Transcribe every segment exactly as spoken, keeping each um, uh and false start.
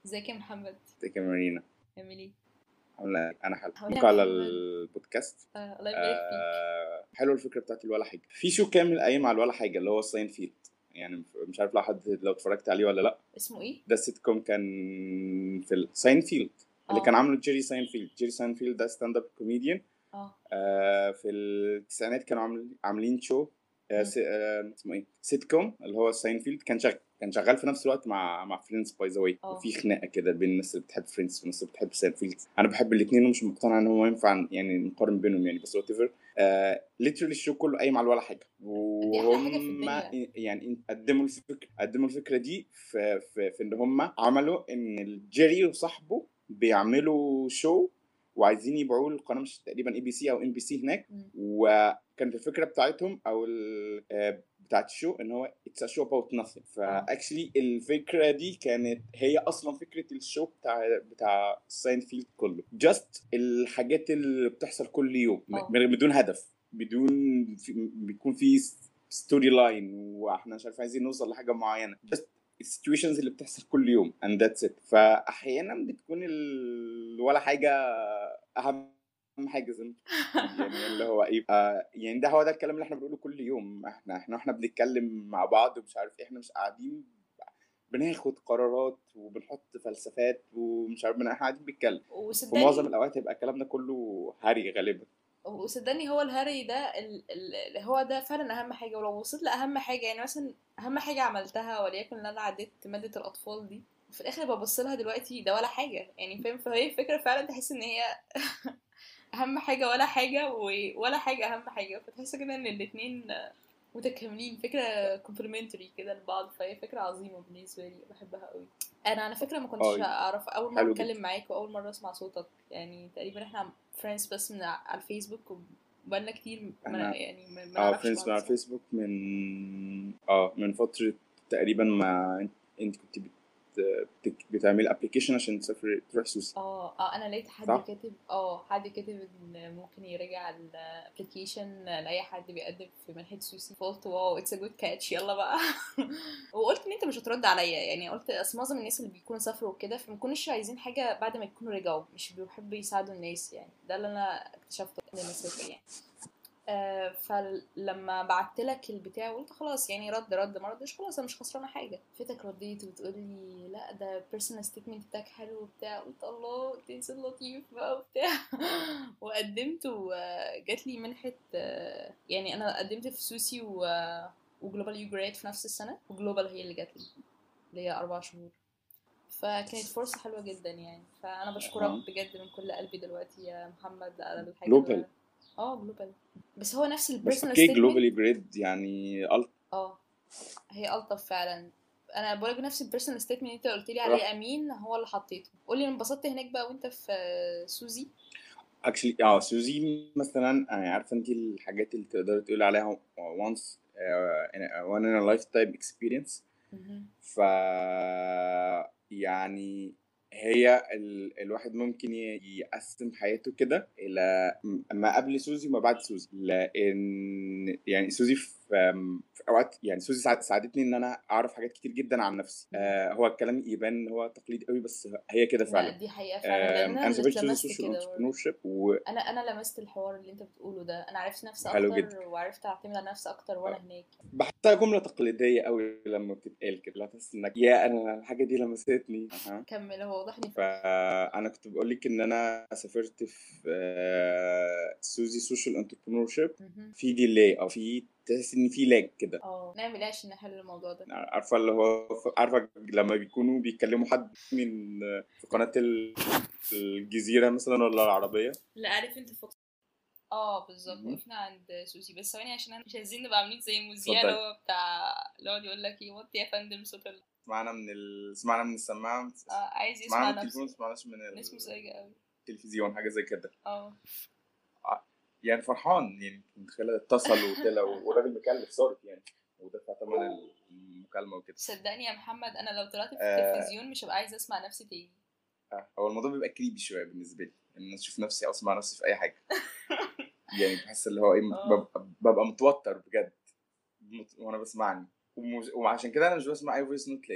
ازيك يا محمد؟ ازيك يا مارينا؟ عامل ايه؟ عامله انا حلو هقول يا مبروك على محمد. البودكاست. آه الله يبارك فيك. آه حلوه الفكره بتاعت الولا حاجه، في شو كامل قايم على الولا حاجه اللي هو ساينفيلد. يعني مش عارف لو حد لو اتفرجت عليه ولا لا. اسمه ايه؟ ده سيت كوم كان في الساينفيلد اللي كان اه عامله جيري ساينفيلد. جيري ساينفيلد ده ستاند اب كوميديان. اه آه في التسعينات كانوا عامل عاملين شو. آه مم. س- آه اسمه ايه سيت كوم اللي هو ساينفيلد. كان شغال كان شغال في نفس الوقت مع مع فريندز باي ذا واي، اه وفي خناقه كده بين الناس اللي بتحب فريندز والناس اللي بتحب ساينفيلد. انا بحب الاثنين ومش مقتنع ان هو ينفع يعني نقارن بينهم يعني، بس وات ايفر. ليترلي الشو كله قايم على ولا حاجه، دي احلى حاجه في وهم الدنيا. يعني قدموا الفكره قدموا الفكره دي في في, في ان هم عملوا ان الجيري وصاحبه بيعملوا شو وعايزين يبيعوه القناه، مش تقريبا اي بي سي او ام بي سي هناك. مم. وكانت الفكره بتاعتهم او ال- آه، بتاعت الشو ان هو اتس شو اباوت nothing. اه فاكشلي الفكره دي كانت هي اصلا فكره الشو بتاع بتاع ساينفيلد كله، جاست الحاجات اللي بتحصل كل يوم م- اه بدون هدف، بدون في بيكون في ستوري لاين واحنا مش عارف عايزين نوصل لحاجه معينه، جاست السيتويشنز اللي بتحصل كل يوم and that's it. فاحيانا بتكون ال... ولا حاجه اهم حاجه زي ما يعني اللي هو ايه آه يعني ده هو ده الكلام اللي احنا بنقوله كل يوم. احنا احنا احنا بنتكلم مع بعض ومش عارف إيه، احنا مش قاعدين بناخد قرارات وبنحط فلسفات ومش عارف، احنا قاعدين بنتكلم. في معظم وصدقني الاوقات هيبقى الكلام ده كله هري غالبا. وصدقني هو الهري ده ال... ال... هو ده فعلا اهم حاجه. ولو وصلت لاهم حاجه، يعني مثلا اهم حاجه عملتها وليكن ان انا عديت ماده الاطفال دي، وفي الاخر ببص لها دلوقتي ده ولا حاجه، يعني فاهم؟ فهي الفكره فعلا تحس ان هي اهم حاجه ولا حاجه و- ولا حاجه اهم حاجه، فتحس كده ان الاتنين متكاملين، فكره كومبلمنتري كده لبعض. فهي فكره عظيمه بالنسبه لي، بحبها قوي. انا على فكره ما كنتش اه اعرف، اول مره حلو اتكلم جدا. معاك واول مره اسمع صوتك، يعني تقريبا احنا فريندز بس من على الفيسبوك، وبقالنا كتير ما انا يعني ما ما اه نعرفش فريندز بعض مع صح. الفيسبوك من اه من فترة تقريبا. ما انت انت كنت بت... بت... بتعمل ابلكيشن عشان تسافر تروح سوسي، اه اه انا لقيت حد صح؟ كاتب اه حد كاتب ان ممكن يرجع الابلكيشن لاي حد بيقدم في منحة سوسي، فقلت واو اتس ا جود كاتش، يلا بقى. وقلت ان انت مش هترد عليا، يعني قلت اصل معظم الناس اللي بيكونوا سافروا وكده فما بيكونوش عايزين حاجه بعد ما يكونوا رجعوا، مش بيحبوا يساعدوا الناس، يعني ده اللي انا اكتشفته ان المسافر يعني. آه، فلما بعت لك البتاع قلت خلاص، يعني رد رد ما ردش خلاص انا مش خسرانه حاجه. فاتك رديت وتقولي لا ده بيرسونال ستيتمنت بتاعك حلو وبتاع، قلت الله تنسى لطيف بقى وبتاع. وقدمت وجات لي منحه. آه، يعني انا قدمت في سوسي و وجلوبال يو جريد في نفس السنه، وجلوبال هي اللي جات لي، اللي هي اربع شهور. فكانت فرصه حلوه جدا يعني، فانا بشكرك اه بجد من كل قلبي دلوقتي يا محمد على الحاجه جلوبال. اللي اه جلوبال. بس هو نفس بس البيرسونال اوكي ستيتمنت. جلوبالي جريد يعني ألف. اه هي الطف فعلا. انا بقولك نفس البيرسونال ستيتمنت انت قلت لي عليه راح امين هو اللي حطيته. قولي انا انبسطت هناك بقى وانت في سوزي. اكشلي اه سوزي مثلا، يعني عارفه انت الحاجات اللي تقدر تقول عليها once uh, in a- one in a lifetime experience. مهم. ف يعني هي ال... الواحد ممكن ي- يقسم حياته كده الى م- ما قبل سوزي وما بعد سوزي، لان يعني سوزي في, في اوقات، يعني سوزي ساعد- ساعدتني ان انا اعرف حاجات كتير جدا عن نفسي. مم. آه هو الكلام يبان ان هو تقليدي قوي بس هي كده لا فعلا. دي حقيقة فعلا، آه لان انا انا اللي سافرت سوزي اتلمست سوشيال كده برضه. انتربرنور شيب وحلو انا انا لمست الحوار اللي انت بتقوله ده، انا عرفت نفسي جدا. اكتر وعرفت اعتمد على نفسي اكتر وانا آه، هناك. بحسها جملة تقليدية قوي لما بتتقال كده، لا تحس انك يا انا الحاجة دي لمستني. اها. كمل، هو واضح اني فانا كنت بقول لك ان انا سافرت في آه، سوزي سوشيال انتربرنور شيب. مهم. في ديلي او في تحس ان في لاج كده. اه نعمل ايه عشان نحل الموضوع ده؟ عارفه اللي هو عارفه لما بيكونوا بيكلموا حد من آه، في قناة الجزيرة مثلا ولا العربية. لا عارف انت فوق. اه بالظبط، مهم. وقفنا عند سوسي. بس ثواني عشان انا مش عايزين نبقى عاملين زي المذيع اللي اتفضلي. هو بتاع اللي هو يقول لك ايه وطي يا فندم صوت ال... سمعنا من ال... سمعنا من السماعة. آه عايز سمعنا يسمع من التليفون، نفسه. سمعناش من اسمه سيجا قوي. التلفزيون، حاجة زي كده. اه يعني فرحان، يعني متخيل اتصل وطلع والراجل مكلف صارف يعني ودفع ثمن المكالمه وكده. صدقني يا محمد انا لو طلعت في آه التلفزيون مش هبقى عايزه اسمع نفسي تاني. آه هو الموضوع بيبقى كريبي شويه بالنسبه لي ان انا اشوف نفسي او اسمع نفسي في اي حاجه. يعني بحس اللي هو ايه، اه ببقى, ببقى متوتر بجد مت- وانا بسمعني. ومش- وعشان كده انا مش بسمع اي فويس نوت ليا.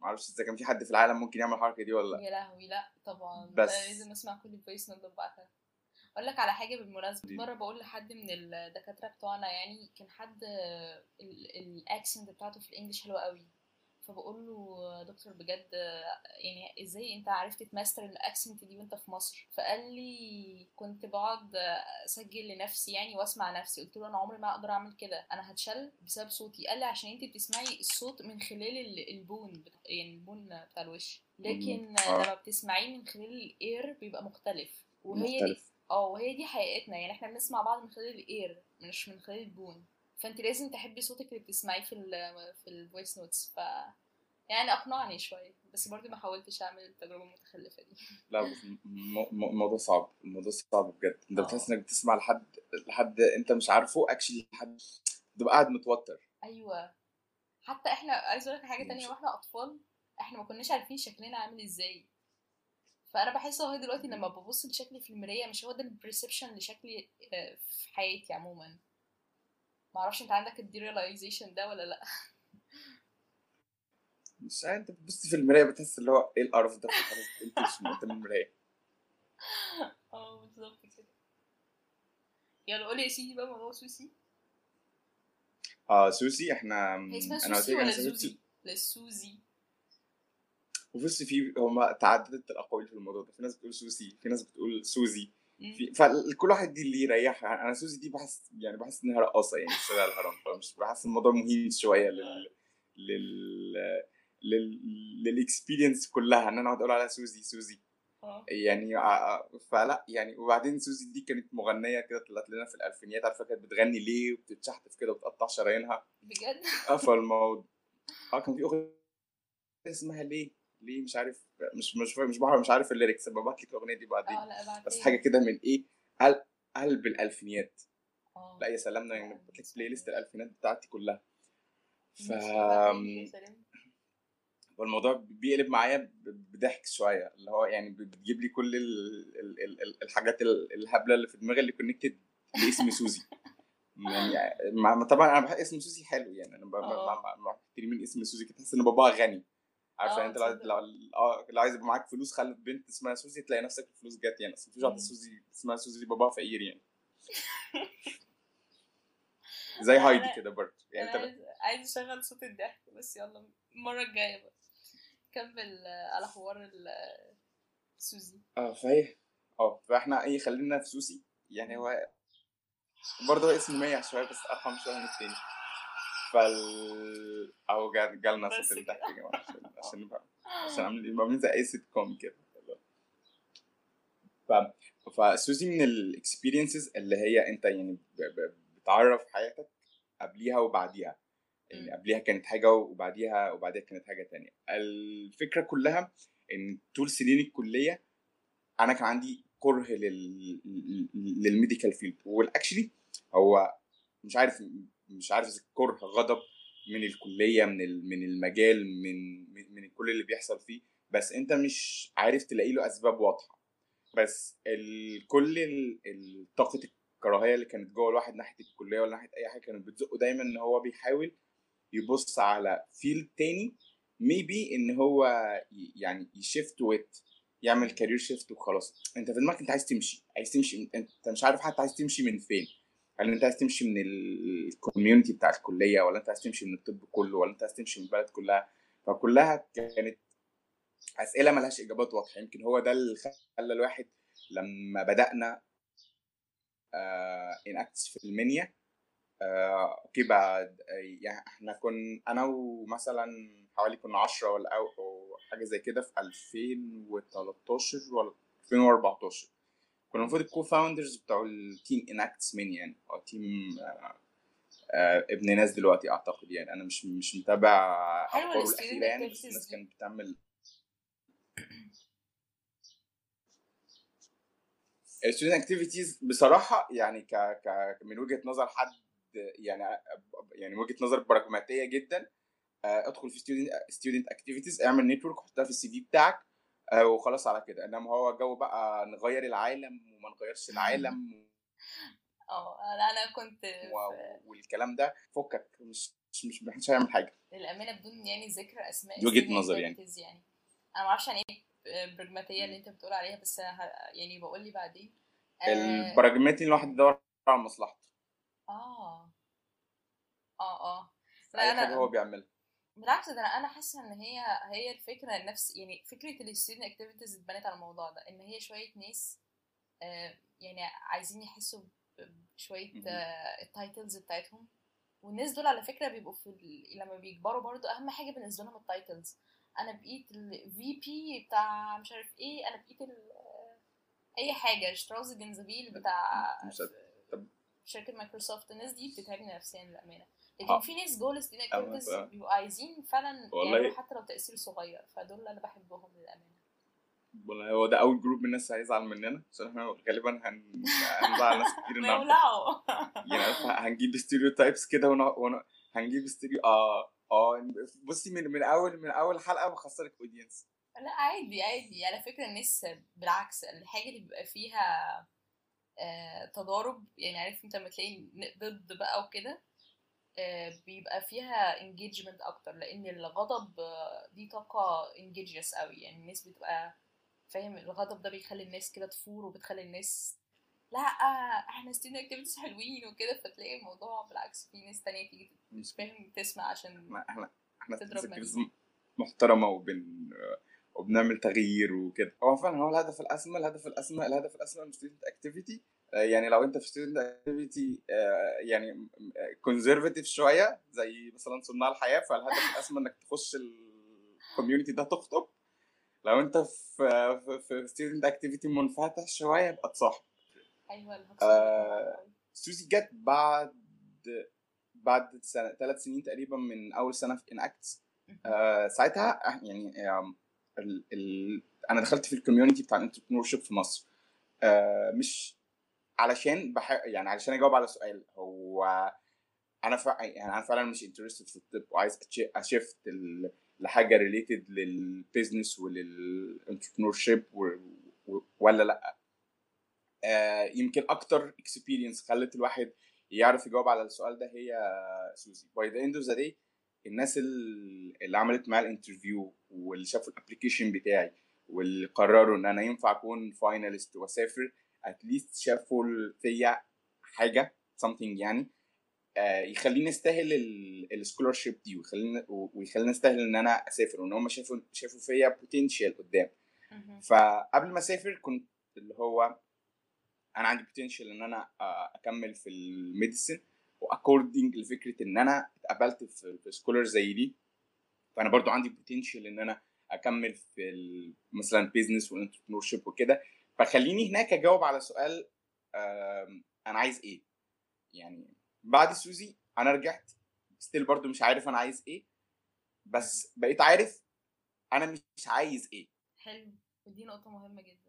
معرفش اذا كان في حد في العالم ممكن يعمل الحركه دي ولا لا. يا لهوي لا طبعا، انا بس لازم اسمع كل الفويس نوت ببعتها. اقول لك على حاجه بالمناسبه، مره بقول لحد من الدكاتره بتوعنا، يعني كان حد الاكسنت بتاعته في الانجليش حلوه قوي، فبقول له دكتور بجد يعني ازاي انت عرفت تماستر الاكسنت دي وانت في مصر؟ فقال لي كنت بقعد اسجل لنفسي يعني واسمع نفسي. قلت له انا عمري ما اقدر اعمل كده، انا هتشل بسبب صوتي. قال لي عشان انت بتسمعي الصوت من خلال ال- البون بت- يعني البون بتاع الوش، لكن اه لما بتسمعيه من خلال الاير بيبقى مختلف. وهي دي مختلف. اه وهي دي حقيقتنا، يعني احنا بنسمع بعض من خلال الاير مش من خلال البون. فانت لازم تحبي صوتك اللي بتسمعيه في ال في الفويس نوتس. ف يعني اقنعني شويه، بس برضه ما حاولتش اعمل التجربه المتخلفه دي. لا بس م- م- الموضوع صعب، الموضوع صعب بجد. انت بتحس اه انك بتسمع لحد لحد انت مش عارفه اكشلي، لحد تبقى قاعد متوتر. ايوه. حتى احنا عايز اقول لك حاجه يعني تانية، مش واحنا اطفال احنا ما كناش عارفين شكلنا عامل ازاي. فانا بحس اهو دلوقتي لما ببص لشكلي في المرايه مش هو ده البرسبشن لشكلي آه، في حياتي عموما. ما اعرفش انت عندك الديرياليزيشن ده ولا لا؟ مش عارف، انت بتبص في المرايه بتحس اللي هو ايه القرف ده، فخلاص بتقلتش من قدام المرايه. اه بالظبط كده. يلا قولي يا سيدي بقى موضوع سوسي. اه سوسي، احنا هي اسمها انا قلت سوسي لك انا ولا سافرت سو... زوزي؟ لا سوزي. وبص في هما تعددت الاقاويل في الموضوع ده، في ناس بتقول سوسي، في ناس بتقول سوزي. مم. في فكل واحد دي اللي يريحها. يعني انا سوزي دي بحس يعني بحس انها رقاصه يعني في شارع الهرم، فمش بحس الموضوع مهين شويه لل لل لل للاكسبيرينس كلها ان انا اقعد اقول عليها سوزي سوزي اه يعني. ع- فلا يعني. وبعدين سوزي دي كانت مغنيه كده طلعت لنا في الالفينيات، عارفه كانت بتغني ليه وبتتشحتف كده وتقطع شرايينها. بجد. قفل الموضوع. اه كان في اغنيه اسمها ليه، ليه مش عارف، مش مش مش بعرف مش عارف الليركس، ببعت لك الاغنيه دي اه بعدين. لا بس حاجه ابعتهالي. كده من ايه، قلب قلب الالفينيات. اه لا يا سلام، ده لا يعني ما بتلك بلاي ليست سمعتهاش. الالفينات بتاعتي كلها. ف ماشي ابعتهالي يا سلام. والموضوع بيقلب معايا ب- بضحك شويه، اللي هو يعني بتجيب لي كل ال... ال... ال... ال- الحاجات ال- الهبله اللي في دماغي اللي كونكتد لاسم سوزي. يعني مع... طبعا انا بحب اسم سوزي حلو يعني، انا ب... ب- اه مع مع من اسم سوزي كده تحس ان باباها غني. عارفه يعني اه انت لو تصدق. لو اه لو عايز يبقى معاك فلوس خلف بنت اسمها سوزي تلاقي نفسك الفلوس جت يعني. اصل مفيش واحده مم. سوزي اسمها سوزي باباها فقير يعني. زي هايدي انا كده برضه يعني انا انت. عايز عايز اشغل صوت الضحك، بس يلا المره الجايه بقى كمل آه، على حوار السوزي. اه فهي اه فاحنا ايه خلينا في سوسي يعني. هو برضه هو اسمه ميح شويه بس ارحم شويه من التاني. فال او جا- جالنا صوت بس كده. الضحك يا جماعه عشان عشان اه نبقى عشان عاملين يبقى عاملين زي اي سيت كوم كده. ف فسوزي من الاكسبيرينسز اللي هي انت يعني ب... ب... بتعرف حياتك قبليها وبعديها. يعني مم. قبليها كانت حاجه وبعديها وبعديها كانت حاجه تانية. الفكره كلها ان طول سنين الكليه انا كان عندي كره لل للميديكال فيلد. والاكشلي هو مش عارف مش عارف اذا كره غضب من الكليه، من ال- من المجال، من من من كل اللي بيحصل فيه، بس انت مش عارف تلاقي له اسباب واضحه. بس ال- كل ال- ال- طاقه الكراهيه اللي كانت جوه الواحد ناحيه الكليه ولا ناحيه اي حاجه كانت بتزقه دايما ان هو بيحاول يبص على فيلد تاني. ميبي ان هو ي- يعني يشيفت ويت، يعمل مم. كارير شيفت وخلاص. انت في دماغك انت عايز تمشي، عايز تمشي، انت مش عارف حتى عايز تمشي من فين. هل انت عايز تمشي من الكوميونتي بتاع الكليه، ولا انت عايز تمشي من الطب كله، ولا انت عايز تمشي من البلد كلها؟ فكلها كانت اسئله ملهاش اجابات واضحه. يمكن هو ده اللي خلى الواحد لما بدانا ان اكتس في المنيا. آه، اوكي بعد آه، يعني احنا كنا انا ومثلا حوالي كنا عشرة ولا او أو حاجه زي كده في ألفين وتلتاشر ولا ألفين واربعتاشر. كنا المفروض الكو فاوندرز بتوع التيم اناكتس مين يعني، او تيم آه آه ابن ناس دلوقتي اعتقد يعني. انا مش مش متابع حلوه اخباره الستودنت الاخيره يعني، بس اكتيفيتيز الناس دي. كانت بتعمل الستودنت اكتيفيتيز بصراحه يعني ك ك من وجهه نظر حد يعني، يعني وجهه نظر براجماتيه جدا. آه، ادخل في ستودنت ستودنت اكتيفيتيز، اعمل نتورك، حطها في السي في بتاعك. آه، وخلاص على كده. انما هو جو بقى نغير العالم وما نغيرش العالم اه انا انا كنت و- في والكلام ده فكك، مش مش مش محدش هيعمل حاجه. للامانه بدون يعني ذكر اسماء دي وجهه student نظر يعني. activities يعني انا ما اعرفش يعني ايه براجماتيه اللي انت بتقول عليها، بس ه- يعني بقول لي بعدين. اه البراجماتي الواحد يدور على مصلحته اه اه, آه. في لا اي حاجه هو انا بيعملها. بالعكس، ده انا انا حاسه ان هي هي الفكره نفس يعني فكره الستودنت اكتيفيتيز اتبنت على الموضوع ده، ان هي شويه ناس آه، يعني عايزين يحسوا بشويه مهم. التايتلز بتاعتهم. والناس دول على فكره بيبقوا في ال... لما بيكبروا برضو اهم حاجه بالنسبه لهم التايتلز. انا بقيت الفي بي بتاع مش عارف ايه، انا بقيت ال... اي حاجه شتراوز جنزبيل بتاع مش هت- طب شركه مايكروسوفت. الناس دي بتتعبني نفسيا للامانه. لكن اه في ناس جول ستودنت أما اكتيفيتيز ف- بيبقوا عايزين فعلا يعملوا والله حتى لو تاثير صغير، فدول انا بحبهم للامانه. والله هو ده اول جروب من الناس هيزعل مننا عشان احنا غالبا هن... هنزعل ناس كتير ما النهارده. يولعوا. يعني عارف هنجيب ستيريوتايبس كده ون... ون... هنجيب ستيريو اه اه بصي من من اول من اول حلقه بخسرك اودينس. لا عادي عادي على فكره، الناس بالعكس الحاجه اللي بيبقى فيها آه تضارب، يعني عارف انت لما تلاقي ضد بقى وكده آه بيبقى فيها engagement اكتر، لان الغضب آه دي طاقه engageous قوي، يعني الناس بتبقى فاهم الغضب ده بيخلي الناس كده تفور، وبتخلي الناس لا احنا ستودنت اكتيفيتيز حلوين وكده، فتلاقي الموضوع بالعكس في ناس تانية تيجي فاهم تسمع عشان احنا احنا احنا تضرب ستيريوتايبس منهم. محترمه وبن وبنعمل تغيير وكده. هو فعلا هو الهدف الاسمى الهدف الاسمى الهدف الاسمى من ستودنت اكتيفيتي. يعني لو انت في ستودنت اكتيفيتي يعني كونزرفاتيف شويه زي مثلا صناع الحياه، فالهدف الاسمى انك تخش الكوميونتي ده تخطب. لو انت في في في ستودنت اكتيفيتي منفتح شويه يبقى تصاحب. ايوه الهجصه دي بتبقى صعبه آه قوي. سوزي جت بعد بعد سنه ثلاث سنين تقريبا من اول سنه في اناكتس. آه ساعتها إح- يعني آم، ال ال انا دخلت في الكوميونتي بتاع الانتربرنور شيب في مصر. آه مش علشان بح... يعني علشان اجاوب على سؤال هو انا ف... يعني انا فعلا مش انترستد في الطب وعايز اشفت ال... لحاجه ريليتد للبيزنس وللانتربرنور شيب و... و... ولا لا. آه يمكن اكتر اكسبيرينس خلت الواحد يعرف يجاوب على السؤال ده هي سوزي. باي ذا اند اوف ذا داي الناس ال- اللي عملت معايا الانترفيو واللي شافوا الابلكيشن بتاعي واللي قرروا ان انا ينفع اكون فاينالست واسافر اتليست شافوا فيا حاجه something يعني آه يخليني استاهل السكولارشيب دي ويخليني ويخليني استاهل ان انا اسافر وان هم شافوا شافوا فيا بوتنشال قدام. مهم. فقبل ما اسافر كنت اللي هو انا عندي بوتنشال ان انا آه، اكمل في الميديسن واكوردنج لفكره ان انا اتقبلت في في سكولر زي دي. فانا برضو عندي بوتنشال ان انا اكمل في ال- مثلا بيزنس والانتربرنور شيب وكده. فخليني هناك اجاوب على سؤال آم، انا عايز ايه. يعني بعد سوزي انا رجعت ستيل برضو مش عارف انا عايز ايه، بس بقيت عارف انا مش عايز ايه. حلو، ودي نقطة مهمة جدا.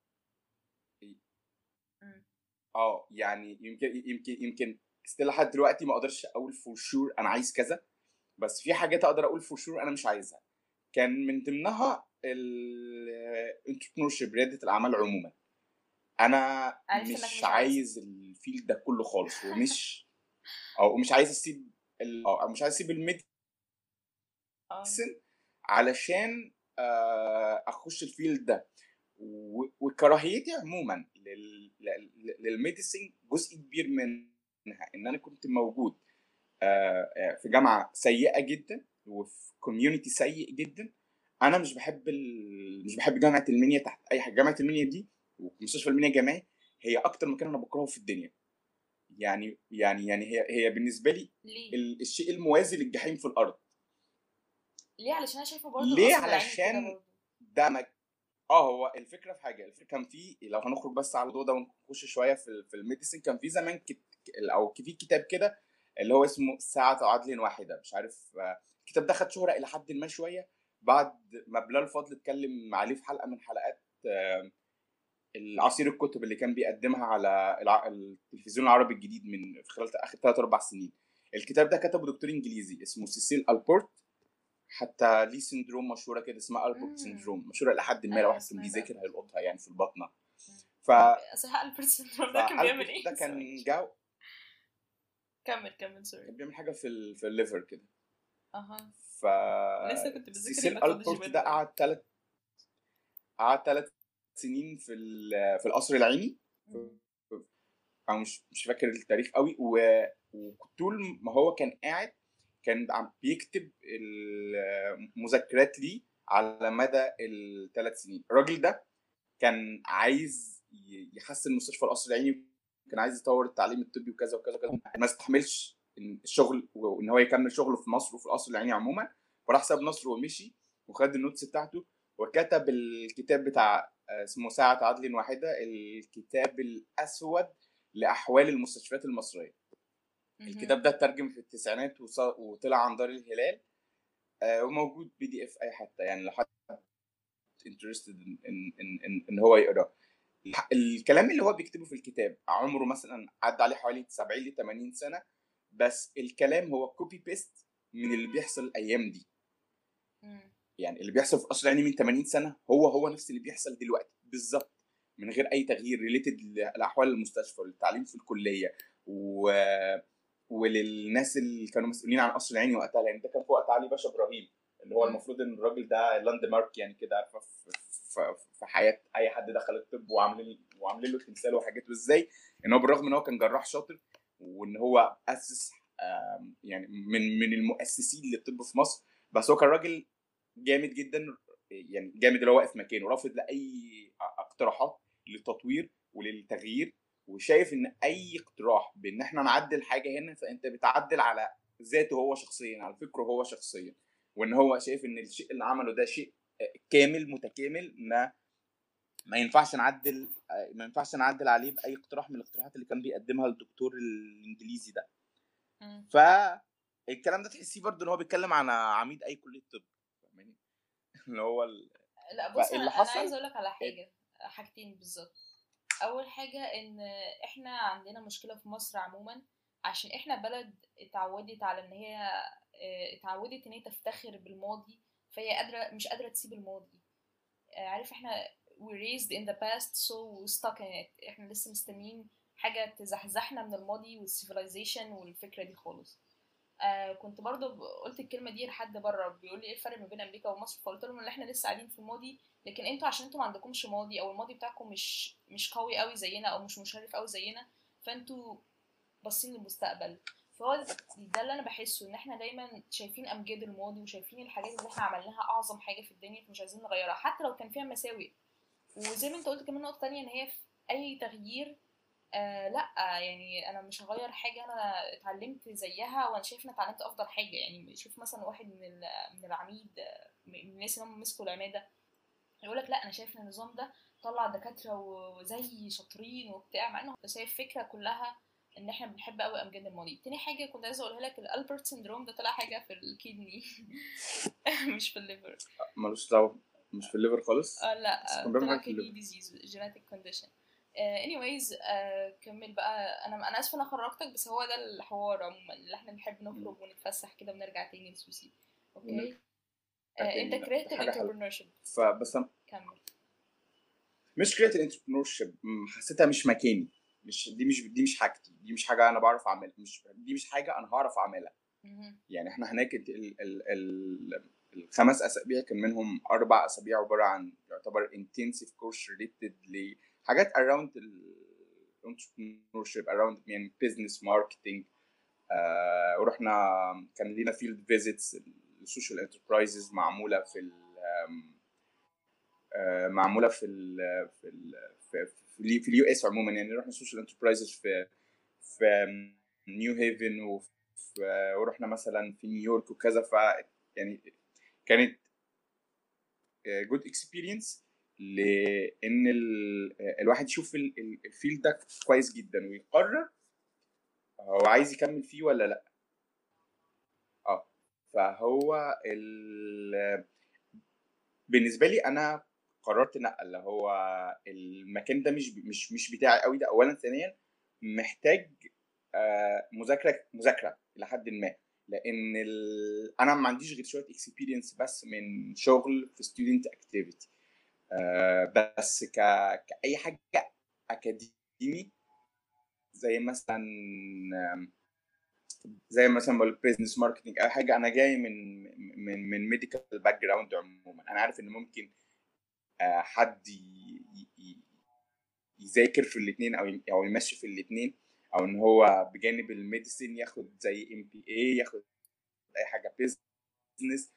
مم. اه يعني يمكن يمكن يمكن ستيل لحد دلوقتي ما اقدرش اقول فور شور انا عايز كذا، بس في حاجات اقدر اقول فور شور انا مش عايزها. كان من ضمنها الانتربرنور شيب، رياده الاعمال عموما. انا عرفت انك مش مش عايزه. عايز الفيلد ده كله خالص ومش او مش عايز اسيب ال- او مش عايز اسيب الميديسن اه علشان آه، اخش الفيلد ده. و- وكراهيتي عموما لل- لل- للميديسن جزء كبير منها ان انا كنت موجود آه، آه، في جامعه سيئه جدا وفي كوميونتي سيء جدا. انا مش بحب ال... مش بحب جامعه المنيا تحت اي حاجه. جامعه المنيا دي ومستشفى المنيا الجامعي هي اكتر مكان انا بكرهه في الدنيا. يعني يعني يعني هي هي بالنسبه لي ليه؟ ال- الشيء الموازي للجحيم في الارض. ليه؟ علشان انا شايفه برضو ليه؟ القصر العيني كده علشان برضو. ده مك... اه هو الفكره في حاجه. الفكره كان في لو هنخرج بس على الموضوع ده ونخش شويه في ال- في الميديسن. كان في زمان كت... او في كتاب كده اللي هو اسمه ساعة عدل واحدة. مش عارف آه، الكتاب ده خد شهرة إلى حد ما شوية بعد ما بلال فضل اتكلم عليه في حلقة من حلقات آه، العصير الكتب اللي كان بيقدمها على الع- التلفزيون العربي الجديد من في خلال آخر ثلاث أربع سنين. الكتاب ده كتبه دكتور إنجليزي اسمه سيسيل ألبورت. حتى ليه سندروم مشهورة كده اسمها ألبورت امم سندروم، مشهورة إلى حد ما لو ايوه واحد كان سمعت بيذاكر البرت. هيلقطها يعني في البطنة. مم. ف صحيح البرت سندروم ده كان بيعمل فألبورت ده ايه؟ كان ثواني. جو كمل كمل سوري. كان بيعمل حاجه في ال... في الليفر كده. اها ف لسه كنت بذاكر سيسيل هيباتولوجي البورت باي ده ذا واي. قعد ثلاث قعد ثلاث سنين في ال- في القصر العيني، او مش مش فاكر التاريخ قوي. و- وطول ما هو كان قاعد كان عم بيكتب المذكرات ليه على مدى الثلاث سنين. الراجل ده كان عايز ي- يحسن مستشفى القصر العيني، كان عايز يطور التعليم الطبي وكذا وكذا وكذا. ما استحملش إن الشغل وان هو يكمل شغله في مصر وفي القصر العيني عموما، فراح ساب مصر ومشي وخد النوتس بتاعته وكتب الكتاب بتاع آه، اسمه ساعة عدل واحدة، الكتاب الأسود لأحوال المستشفيات المصرية. الكتاب ده اترجم في التسعينات وص- وطلع عن دار الهلال، آه، وموجود بي دي اف اي حتى، يعني لو حد interested ان ان ان, إن, إن هو يقراه. الح- الكلام اللي هو بيكتبه في الكتاب عمره مثلا عدى عليه حوالي سبعين ل ثمانين سنة، بس الكلام هو كوبي بيست من اللي بيحصل الايام دي. مم. يعني اللي بيحصل في قصر العيني من ثمانين سنة هو هو نفس اللي بيحصل دلوقتي بالظبط، من غير اي تغيير ريليتد لاحوال المستشفى والتعليم في الكليه و... وللناس اللي كانوا مسؤولين عن قصر العيني وقتها، لان ده كان في وقت علي باشا ابراهيم، اللي هو مم. المفروض ان الراجل ده لاند مارك يعني كده، عارفه في, في, في حياه اي حد دخل الطب، وعاملين وعاملين له تمثال وحاجات. وازاي ان هو بالرغم ان هو كان جراح شاطر وان هو اسس آم، يعني من من المؤسسين للطب في مصر، بس هو كان راجل جامد جدا، يعني جامد اللي هو واقف مكانه رافض لاي اقتراحات للتطوير وللتغيير، وشايف ان اي اقتراح بان احنا نعدل حاجه هنا فانت بتعدل على ذاته هو شخصيا، على فكره هو شخصيا، وان هو شايف ان الشيء اللي عمله ده شيء كامل متكامل، ما ما ينفعش نعدل ما ينفعش نعدل عليه باي اقتراح من الاقتراحات اللي كان بيقدمها الدكتور الانجليزي ده. مم. فالكلام ده تحسيه برضه ان هو بيتكلم عن عميد اي كليه طب، فاهماني؟ اللي هو ال... لا بص، انا فاللي انا عايزه حصل اقول لك على حاجه، حاجتين بالظبط. اول حاجه ان احنا عندنا مشكله في مصر عموما، عشان احنا بلد اتعودت على ان هي اه، اتعودت ان هي تفتخر بالماضي، فهي قادره مش قادره تسيب الماضي. اه، عارف احنا we raised in the past so we stuck in it. احنا لسه مستنيين حاجه تزحزحنا من الماضي والcivilization والفكره دي خالص. آه كنت برضو ب- قلت الكلمه دي لحد بره بيقول لي ايه الفرق ما بين امريكا ومصر، فقلت لهم ان احنا لسه قاعدين في الماضي، لكن انتوا عشان انتوا ما عندكمش ماضي، او الماضي بتاعكم مش مش قوي قوي زينا، او مش مشرف قوي زينا، فانتوا باصين للمستقبل. فهو ده اللي انا بحسه، ان احنا دايما شايفين امجاد الماضي وشايفين الحاجات اللي احنا عملناها اعظم حاجه في الدنيا، فمش عايزين نغيرها حتى لو كان فيها مساوئ. وزي ما انت قلت كمان نقطه تانية، ان هي في اي تغيير آه لا، يعني انا مش هغير حاجه انا اتعلمت زيها وانا شايف ان أنا اتعلمت افضل حاجه. يعني شوف مثلا واحد من ال- من العميد، آه، من الناس اللي هم مسكوا العماده، يقول لك لا انا شايف ان النظام ده طلع دكاتره وزي شاطرين وبتاع، مع انه بس هي الفكره كلها ان احنا بنحب قوي امجاد الماضي. تاني حاجه كنت عايزه اقولها لك، الالبرت سندروم ده طلع حاجه في الكيدني مش في الليفر. ملوش دعوه، مش في الليفر خالص، آه بس لا، كان آه بيعمل طلع حاجه في كيدني الليفر. ديزيز جينيتك كونديشن. anyways آه كمل بقى. انا انا اسفه انا خرجتك، بس هو ده الحوار عموما، اللي احنا بنحب مم. نخرج ونتفسح كده ونرجع تاني لسوسي. اوكي. ونرجع آه انت تاني، لا كرهت ده حاجه حلوه. الانتربرنورشيب. فبس أنا كمل. مش كريت الانتربرنور شيب، حسيتها مش مكاني، مش دي مش دي مش حاجتي، دي مش حاجه انا بعرف اعملها، مش دي مش حاجه انا هعرف اعملها. مهم. يعني احنا هناك ال ال ال ال الخمس اسابيع كان منهم اربع اسابيع عباره عن يعتبر intensive course related لحاجات around ال entrepreneurship around يعني business marketing. آه ورحنا كان لينا field visits للسوشيال انتربرايزز معموله في ال آه معموله في ال في ال في, في, في اليو اس عموما. يعني رحنا سوشيال انتربرايزز في في نيو هيفن، وفي ورحنا مثلا في نيويورك وكذا. ف يعني كانت جود اكسبيرينس لان ال- الواحد يشوف ال- ال- الفيلد ده كويس جدا ويقرر هو عايز يكمل فيه ولا لا. اه فهو ال... بالنسبه لي انا قررت لا، اللي هو المكان ده مش مش مش بتاعي قوي ده اولا. ثانيا محتاج آه، مذاكره مذاكره الى حد ما، لان ال... انا ما عنديش غير شويه اكسبيرينس بس من شغل في ستودنت اكتيفيتي. بس ك... كاي حاجه اكاديمي زي مثلا زي مثلا بقول بيزنس ماركتنج او حاجه. انا جاي من من من ميديكال باك جراوند عموما، انا عارف ان ممكن آه، حد ي- ي- يذاكر في الاثنين او او يمشي في الاثنين، او ان هو بجانب الميديسين ياخد زي ام بي اي، ياخد اي حاجه بيزنس،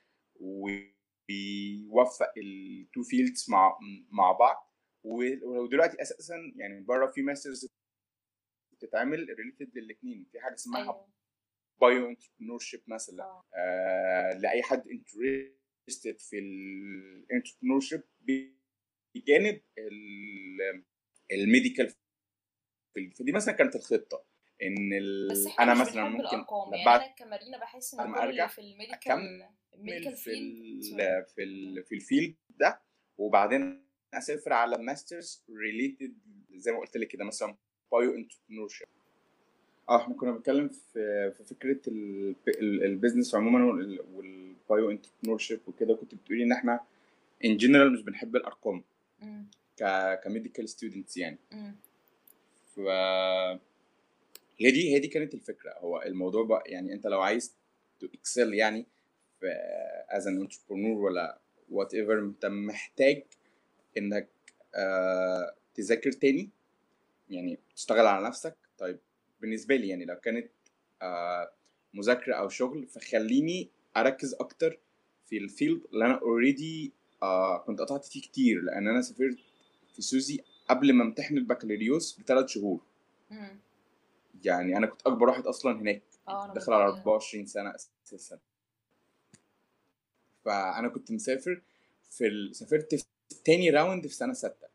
ويوفق التو فيلدز مع مع بعض. ودلوقتي اساسا يعني بره في ماسترز بتتعمل ريليتد للاثنين، في حاجه اسمها ايوه بايو انتربرنور شيب مثلا. اه آه لاي حد انترستد في الانتربرنور شيب بجانب الميديكال فيلد. فدي مثلا كانت الخطه ان بس ال... احنا انا مش مثلا بنحب ممكن الارقام، يعني بعد انا كمارينا بحس ان ما كل اللي ارجع في الميديكال اكمل الميديكال في فيلد سوري. ال... في ال... في الفيلد ده، وبعدين اسافر على ماسترز ريليتد زي ما قلت لك كده، مثلا بايو انتربرنور شيب. اه احنا كنا بنتكلم في في فكره ال- ال- البيزنس عموما وال- والبايو انتربرنور شيب وكده. كنت بتقولي ان احنا ان جنرال مش بنحب الارقام امم ك كميديكال ستودنتس يعني. امم ف هي دي هي دي كانت الفكره. هو الموضوع بقى يعني انت لو عايز تو اكسل يعني في از ان انتربرنور ولا وات ايفر، انت محتاج انك آه تذاكر تاني، يعني تشتغل على نفسك. طيب بالنسبه لي يعني لو كانت آه مذاكره او شغل، فخليني اركز اكتر في الفيلد اللي انا اوريدي آه كنت قطعت فيه كتير، لان انا سافرت في سوزي قبل ما امتحن البكالوريوس بثلاث شهور. امم يعني انا كنت اكبر واحد اصلا هناك، يعني اه كنت انا داخل على متخيله. اربعة وعشرين سنه اساسا. فانا كنت مسافر في ال... سافرت في تاني راوند في سنه سته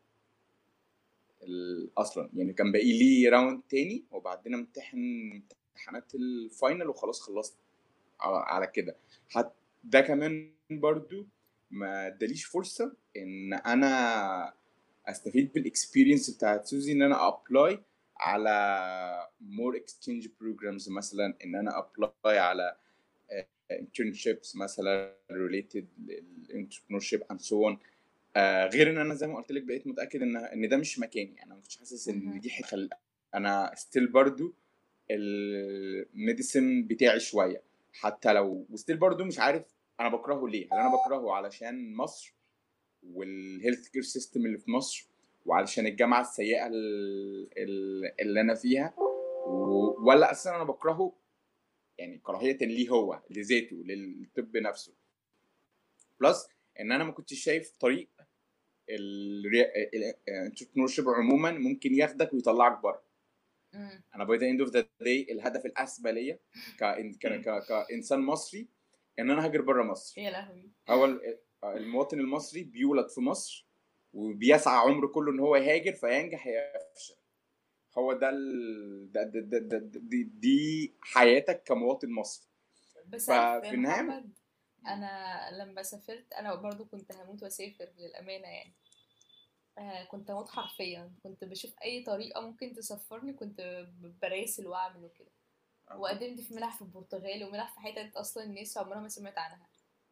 اصلا، يعني كان باقي لي راوند تاني وبعدين امتحن امتحانات الفاينل وخلاص خلصت على, على كده. حتى ده كمان برضو ما اداليش فرصه ان انا استفيد بالاكسبيرينس بتاعت سوزي، ان انا ابلاي على مور اكسشينج بروجرامز مثلا، ان انا ابلاي على internships مثلا related للانتربرنورشيب and so on. آه غير ان انا زي ما قلت لك بقيت متاكد ان ان ده مش مكاني. انا ما كنتش حاسس ان مهم. دي هيخلي انا ستيل برضو الميديسن بتاعي شويه، حتى لو وستيل برضو مش عارف انا بكرهه ليه. هل انا بكرهه علشان مصر والهيلث كير سيستم اللي في مصر، وعلشان الجامعه السيئه ال- ال- اللي انا فيها، و- ولا اصلا انا بكرهه يعني كراهيه ليه هو لذاته للطب نفسه؟ بلس ان انا ما كنتش شايف طريق الانتربرنور شيب عموما ممكن ياخدك ويطلعك بره. امم انا باي ذا اند اوف ذا داي الهدف الاسمى ليا كإن- ك- ك- كانسان مصري ان انا هاجر بره مصر. يا لهوي. هو ال- المواطن المصري بيولد في مصر وبيسعى عمره كله ان هو يهاجر، فينجح يفشل. هو ده ال... ده ده ده ده دي, دي حياتك كمواطن مصري. بس عارف يا ففي النهايه محمد، انا لما سافرت انا برضو كنت هموت واسافر للامانه يعني. آه كنت هموت حرفيا، كنت بشوف اي طريقه ممكن تسفرني كنت ب- براسل واعمل وكده. وقدمت في منح في البرتغال ومنح في حتت اصلا الناس عمرها ما سمعت عنها.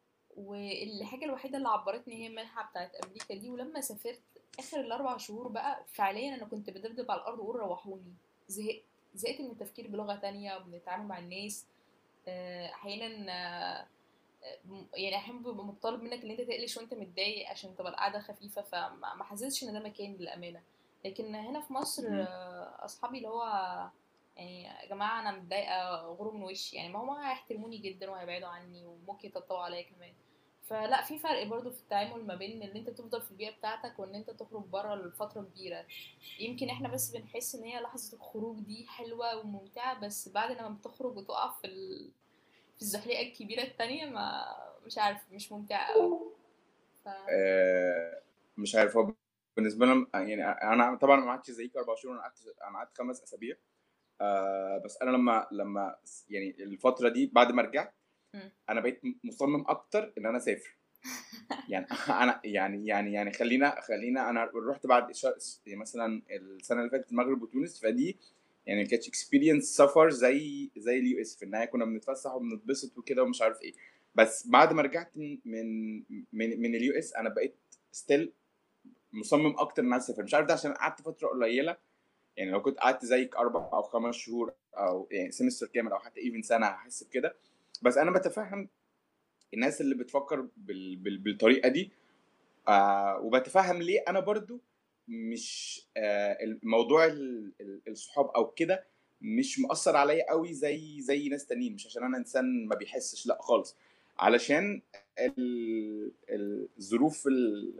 والحاجه الوحيده اللي عبرتني هي المنحه بتاعت امريكا دي. ولما سافرت اخر الاربع شهور بقى فعليا انا كنت بدبدب على الارض واقول روحوني. زهقت زهقت من التفكير بلغه تانية ومن التعامل مع الناس. آه، احيانا آه، م- يعني احيانا بيبقى مطالب منك ان انت تقلش وانت متضايق عشان تبقى القعده خفيفه، فما ما حسيتش ان ده مكان للامانه. لكن هنا في مصر آه، اصحابي اللي هو يعني يا جماعه انا متضايقه غوروا من وشي، يعني ما هم هيحترموني جدا وهيبعدوا عني وممكن يطبطبوا عليا كمان. فلا في فرق برضو في التعامل ما بين ان انت تفضل في البيئه بتاعتك وان انت تخرج بره لفتره كبيره. يمكن احنا بس بنحس ان هي لحظه الخروج دي حلوه وممتعه، بس بعد لما بتخرج وتقع في ال... في الزحليقه الكبيره التانية ما مش عارف مش ممتعه قوي. ف آه، مش عارف. هو بالنسبه لهم يعني انا طبعا ما قعدتش زيك اربع شهور، انا قعدت انا قعدت خمس اسابيع. آه بس انا لما لما يعني الفتره دي بعد ما رجعت مم. انا بقيت مصمم اكتر ان انا اسافر. يعني انا يعني يعني يعني خلينا خلينا انا رحت بعد إشا- مثلا السنه اللي فاتت المغرب وتونس، فدي يعني كانت اكسبيرينس سفر زي زي اليو اس. في النهايه كنا بنتفسح وبنتبسط وكده ومش عارف ايه. بس بعد ما رجعت من من من اليو اس انا بقيت ستيل مصمم اكتر ان انا اسافر. مش عارف ده عشان قعدت فتره قليله، يعني لو كنت قعدت زيك اربع او خمس شهور او يعني سمستر كامل او حتى ايفن سنه هحس بكده. بس انا بتفهم الناس اللي بتفكر بال... بال... بالطريقه دي. آه وبتفهم ليه انا برضو مش آه الموضوع ال- ال- الصحاب او كده مش مؤثر عليا قوي زي زي ناس تانيين. مش عشان انا انسان ما بيحسش، لا خالص، علشان ال- ال- الظروف ال-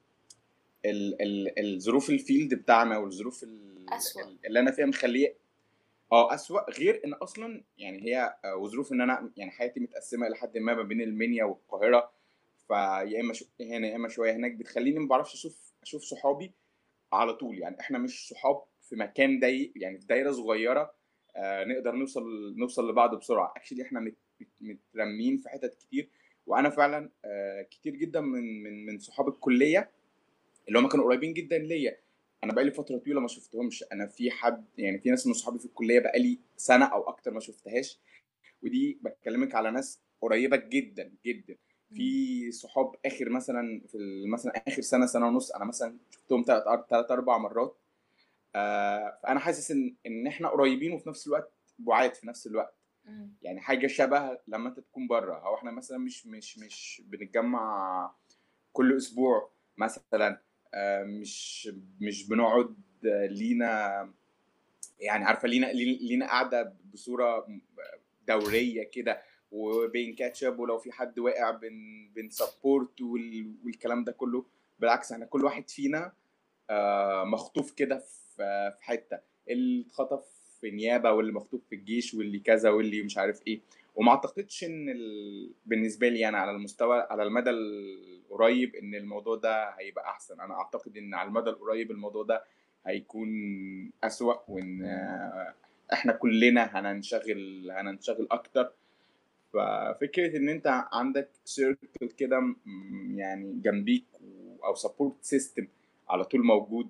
ال- ال- الظروف الفيلد بتاعنا والظروف ال- أسوأ. ال- اللي انا فيها مخليه اه اسوأ. غير ان اصلا يعني هي آه، وظروف ان انا يعني حياتي متقسمه الى حد ما ما بين المنيا والقاهره. فيا اما شو هنا يا اما شويه هناك، بتخليني ما بعرفش اشوف اشوف صحابي على طول. يعني احنا مش صحاب في مكان ضيق، يعني في دايره صغيره آه نقدر نوصل نوصل لبعض بسرعه. اكشلي احنا مت مت مترمين في حتت كتير. وانا فعلا آه كتير جدا من من من صحاب الكليه اللي هم كانوا قريبين جدا ليا، انا بقالي فتره طويله ما شفتهمش. انا في حد يعني في ناس من صحابي في الكليه بقالي سنه او اكتر ما شفتهاش، ودي بكلمك على ناس قريبه جدا جدا. مم. في صحاب اخر مثلا في ال- مثلا اخر سنه سنه ونص انا مثلا شفتهم ثلاث ثلاث اربع مرات. آه فانا حاسس ان ان احنا قريبين وفي نفس الوقت بعاد في نفس الوقت. مم. يعني حاجه شبه لما انت تكون بره، او احنا مثلا مش مش مش بنتجمع كل اسبوع مثلا. آه مش مش بنقعد آه، لينا يعني عارفه لينا لينا قاعده بصوره دوريه كده وبين كاتشب، ولو في حد واقع بن بنسبورت وال- والكلام ده كله. بالعكس احنا كل واحد فينا آه، مخطوف كده في في حته. اللي اتخطف في نيابه، واللي مخطوف في الجيش، واللي كذا، واللي مش عارف ايه. وما اعتقدش ان ال... بالنسبه لي انا على المستوى على المدى القريب ان الموضوع ده هيبقى احسن. انا اعتقد ان على المدى القريب الموضوع ده هيكون اسوأ، وان مم. آه، احنا كلنا هننشغل هننشغل اكتر. ففكره ان انت عندك سيركل كده م- يعني جنبيك و- او سبورت سيستم على طول موجود،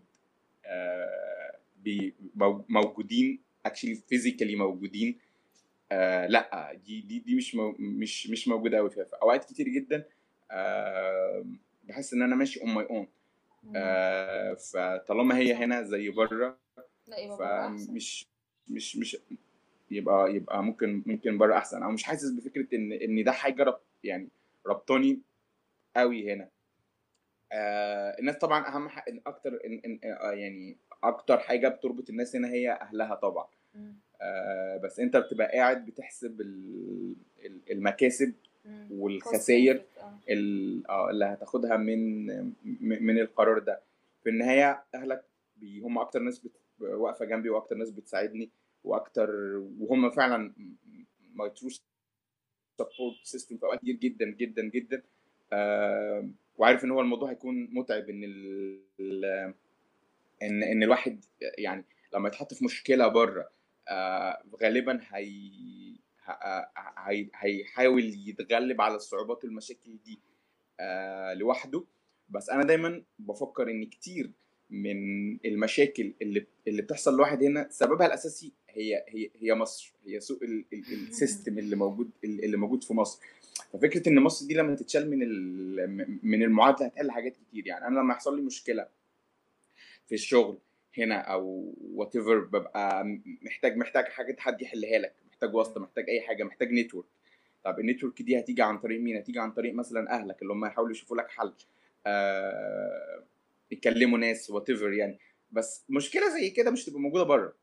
آه، بي- مو- موجودين اكشلي فيزيكالي موجودين. آه لا دي دي دي مش مو مش مش موجوده قوي فيها. في اوقات كتير جدا آه بحس ان انا ماشي اون ماي اون. مم. فطالما هي صح. هنا زي بره، لا، يبقى بره أحسن. فمش مش مش يبقى يبقى ممكن ممكن بره احسن. او مش حاسس بفكره ان ان ده حاجه رب يعني ربطاني قوي هنا. آه الناس طبعا اهم حاجه اكتر إن إن آه يعني اكتر حاجه بتربط الناس هنا هي اهلها طبعا. مم. آه بس انت بتبقى قاعد بتحسب ال- ال- المكاسب مم. cost والخسائر benefit. اه. ال- آه، اللي هتاخدها من م- من القرار ده. في النهايه اهلك بي- هم اكتر ناس بت- واقفه جنبي، واكتر ناس بتساعدني، واكتر وهم فعلا my true support system في اوقات كتير جدا جدا جدا. آه وعارف ان هو الموضوع هيكون متعب ان ال ان ان الواحد يعني لما يتحط في مشكله بره آه غالبا هي ه- هي هيحاول يتغلب على الصعوبات والمشاكل دي آه لوحده. بس انا دايما بفكر ان كتير من المشاكل اللي اللي بتحصل لواحد هنا سببها الاساسي هي هي هي مصر، هي سوق ال- ال- السيستم اللي موجود اللي موجود في مصر. ففكره ان مصر دي لما تتشال من ال- من المعادله هتحل حاجات كتير. يعني انا لما يحصل لي مشكله في الشغل هنا او وات ايفر، ببقى محتاج محتاج حاجه حد يحلها لك، محتاج واسطه، مم. محتاج اي حاجه، محتاج نتورك. طب النتورك دي هتيجي عن طريق مين؟ هتيجي عن طريق مثلا اهلك اللي هم يحاولوا يشوفوا لك حل، آه يكلموا ناس وات ايفر يعني. بس مشكله زي كده مش تبقى موجوده بره،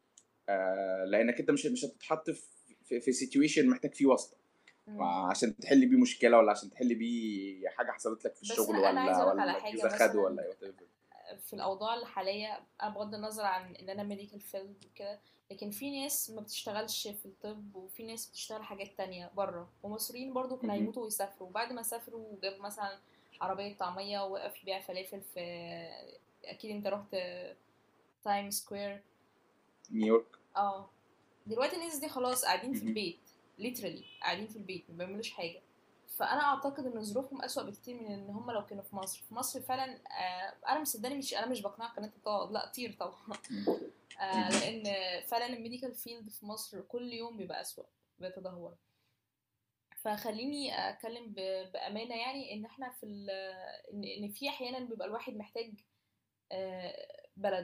آه لانك انت مش مش هتتحط في في, في سيتويشن محتاج فيه واسطه مم. عشان تحل بيه مشكله، ولا عشان تحل بيه حاجه حصلت لك في بس الشغل، انا انا عايزه ولا اقولك على ولا حاجه الفيزا خدوا مثلا. ولا وات ايفر. في الاوضاع الحاليه انا بغض النظر عن ان انا ميديكال فيلد وكده، لكن في ناس ما بتشتغلش في الطب، وفي ناس بتشتغل حاجات تانية بره، ومصريين برضو كانوا هيموتوا ويسافروا، وبعد ما سافروا وجاب مثلا عربيه طعميه ووقف يبيع فلافل في، اكيد انت رحت تايم سكوير. نيويورك. اه. دلوقتي الناس دي خلاص قاعدين في مهم. البيت، literally قاعدين في البيت ما بيعملوش حاجه. فانا اعتقد ان ظروفهم اسوأ بكتير من ان هم لو كانوا في مصر. في مصر فعلا آه انا مصدقني، مش انا مش بقنعك ان انت تقعد، لا طير طبعا. آه مهم. لان فعلا الميديكال فيلد في مصر كل يوم بيبقى اسوأ، بيتدهور. فخليني اتكلم ب- بامانه، يعني ان احنا في ال- ان إن في احيانا بيبقى الواحد محتاج آه، بلده.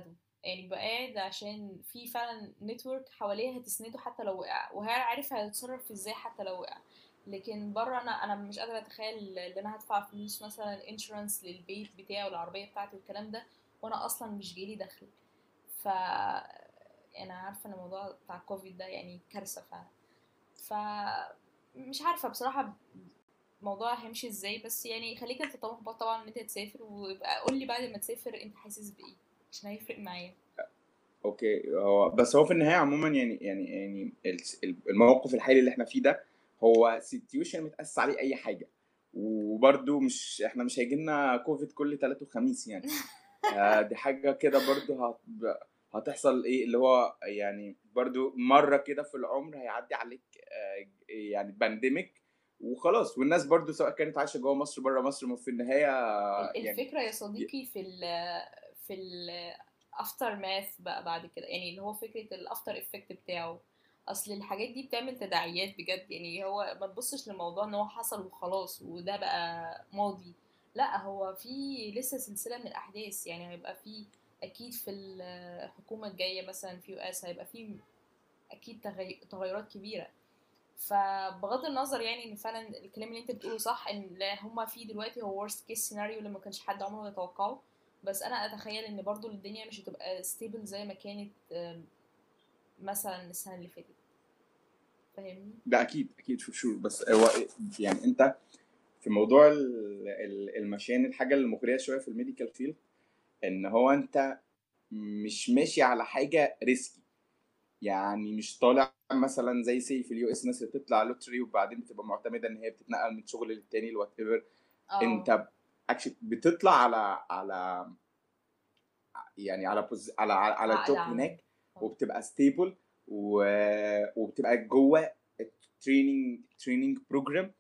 يعني بقى قاعد عشان في فعلا نتورك حواليه هتسنده حتى لو وقع، وهي عارف هيتصرف ازاي حتى لو وقع. لكن بره انا انا مش قادره اتخيل ان انا هدفع فلوس مثلا انشورنس للبيت بتاعي والعربيه بتاعتي والكلام ده وانا اصلا مش جايلي دخل. ف انا عارفه ان الموضوع بتاع كوفيد ده يعني كارثه فعلا. ف مش عارفه بصراحه الموضوع هيمشي ازاي، بس يعني خليك انت طبعا طبعا ان انت تسافر، ويبقى قول لي بعد ما تسافر انت حاسس بايه عشان هيفرق معايا. اوكي، هو بس هو في النهايه عموما يعني يعني يعني ال- الموقف الحالي اللي احنا فيه ده هو سيتويشن متأسس عليه اي حاجه. وبرده مش احنا مش هيجي لنا كوفيد كل ثلاث وخميس يعني. آه، دي حاجه كده برده هت هتحصل ايه اللي هو يعني برضو مرة كده في العمر هيعدي عليك آه، يعني بانديميك وخلاص. والناس برضو سواء كانت عايشة جوه مصر بره مصر ما في النهاية يعني. الفكرة يا صديقي في ال في ال after math بقى بعد كده، يعني اللي هو فكرة الافتر افكت بتاعه. اصل الحاجات دي بتعمل تداعيات بجد، يعني هو ما تبصش للموضوع ان هو حصل وخلاص وده بقى ماضي. لا، هو في لسه سلسلة من الاحداث، يعني هيبقى في اكيد في الحكومة الجاية مثلا في يو اس هيبقى في اكيد تغي- تغيرات كبيرة. فبغض النظر يعني ان فعلا الكلام اللي انت بتقوله صح، ان اللي هما فيه دلوقتي هو worst case scenario اللي ما كانش حد عمره يتوقعه. بس انا اتخيل ان برضو الدنيا مش هتبقى stable زي ما كانت آم، مثلا السنة اللي فاتت. فاهمني؟ ده اكيد اكيد شو شو بس هو يعني انت في موضوع ال- ال- المشيان الحاجة المغرية شوية في الميديكال فيلد ان هو انت مش ماشي على حاجة ريسكي. يعني مش طالع مثلا زي سي في اليو اس ناس اللي بتطلع لوتري وبعدين بتبقى معتمده ان هي بتتنقل من شغل للتاني لوات ايفر. اه. انت actually بتطلع على على يعني على بوز... على على على عقد جوب عمل. هناك اه. وبتبقى ستيبل و... وبتبقى جوه التريننج تريننج بروجرام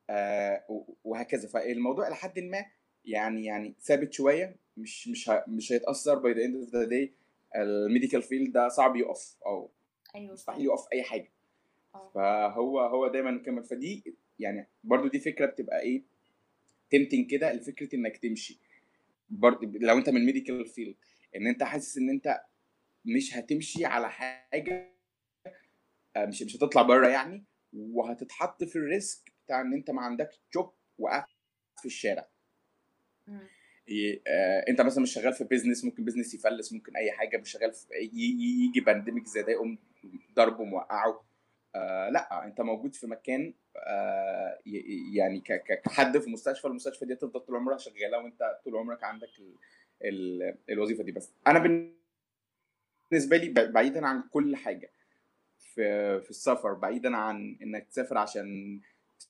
وهكذا. فالموضوع لحد ما يعني يعني ثابت شويه مش مش ه... مش هيتاثر باي ذا اند اوف ذا داي. الميديكال فيلد ده صعب يقف او ايوه مستحيل فعلا. يقف اي حاجه. اه. فهو هو دايما مكمل. فدي يعني برضو دي فكره بتبقى ايه تمتن كده لفكره انك تمشي برضو لو انت من الميديكال فيلد ان انت حاسس ان انت مش هتمشي على حاجه آه، مش مش هتطلع بره يعني. وهتتحط في الريسك بتاع ان انت ما عندكش جوب وقاعد في الشارع. أمم. ي- آه، انت مثلا مش شغال في بيزنس ممكن بيزنس يفلس ممكن اي حاجه مش شغال في ي- ي- يجي بانديميك زي ده يقوم ضربه موقعه. آه لا انت موجود في مكان آه ي- يعني ك- ك- كحد في مستشفى. المستشفى دي تفضل طول عمرها شغاله وانت طول عمرك عندك ال ال الوظيفه دي. بس انا بالنسبه لي ب- بعيدا عن كل حاجه في في السفر بعيدا عن انك تسافر عشان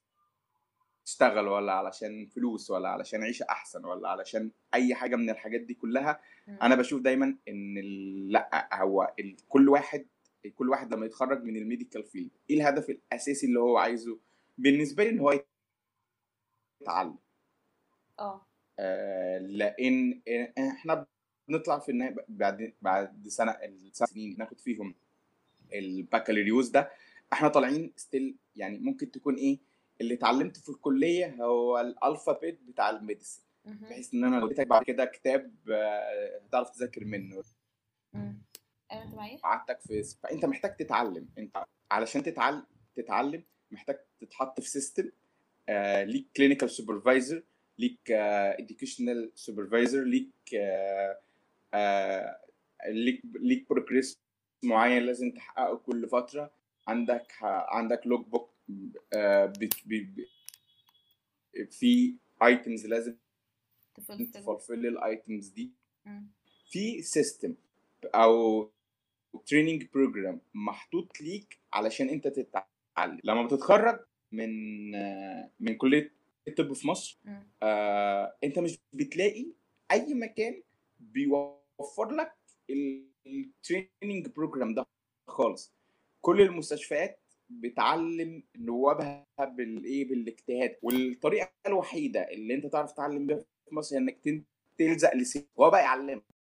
تشتغل ولا علشان فلوس ولا علشان عيشه احسن ولا علشان اي حاجه من الحاجات دي كلها. أمم. انا بشوف دايما ان ال- لا هو ال- كل واحد كل واحد لما يتخرج من الميديكال فيلد ايه الهدف الاساسي اللي هو عايزه. بالنسبه لي ان هو يتعلم. اه. آه لان احنا بنطلع في النهايه بعد بعد سنه السنة سنين ناخد فيهم البكالوريوس ده. احنا طالعين ستيل يعني ممكن تكون ايه اللي اتعلمته في الكليه هو الالفابيت بتاع الميديسن. مهم. بحيث ان انا لو اديتك بعد كده كتاب آه، هتعرف تذاكر منه. أمم. ايوه انت معايا. قعدتك في فانت محتاج تتعلم. انت علشان تتعلم تتعلم محتاج تتحط في سيستم آه، ليك كلينيكال سوبرفايزر ليك اديوكيشنال سوبرفايزر ليك آه، آه، ليك ليك بروجريس معين لازم تحققه كل فتره. عندك عندك لوج بوك آه، بت- بي- بي- في ايتمز لازم تفلفل. تفولفل الايتمز دي أمم. في سيستم او تريننج بروجرام محطوط ليك علشان انت تتعلم. لما بتتخرج من آه، من كليه الطب في مصر أمم. آه، انت مش بتلاقي اي مكان بيوفر لك التريننج بروجرام ده خالص. كل المستشفيات بتعلم نوابها بالايه بالاجتهاد. والطريقه الوحيده اللي انت تعرف تتعلم بيها في مصر هي انك تن- تلزق لسه هو بقى يعلمك.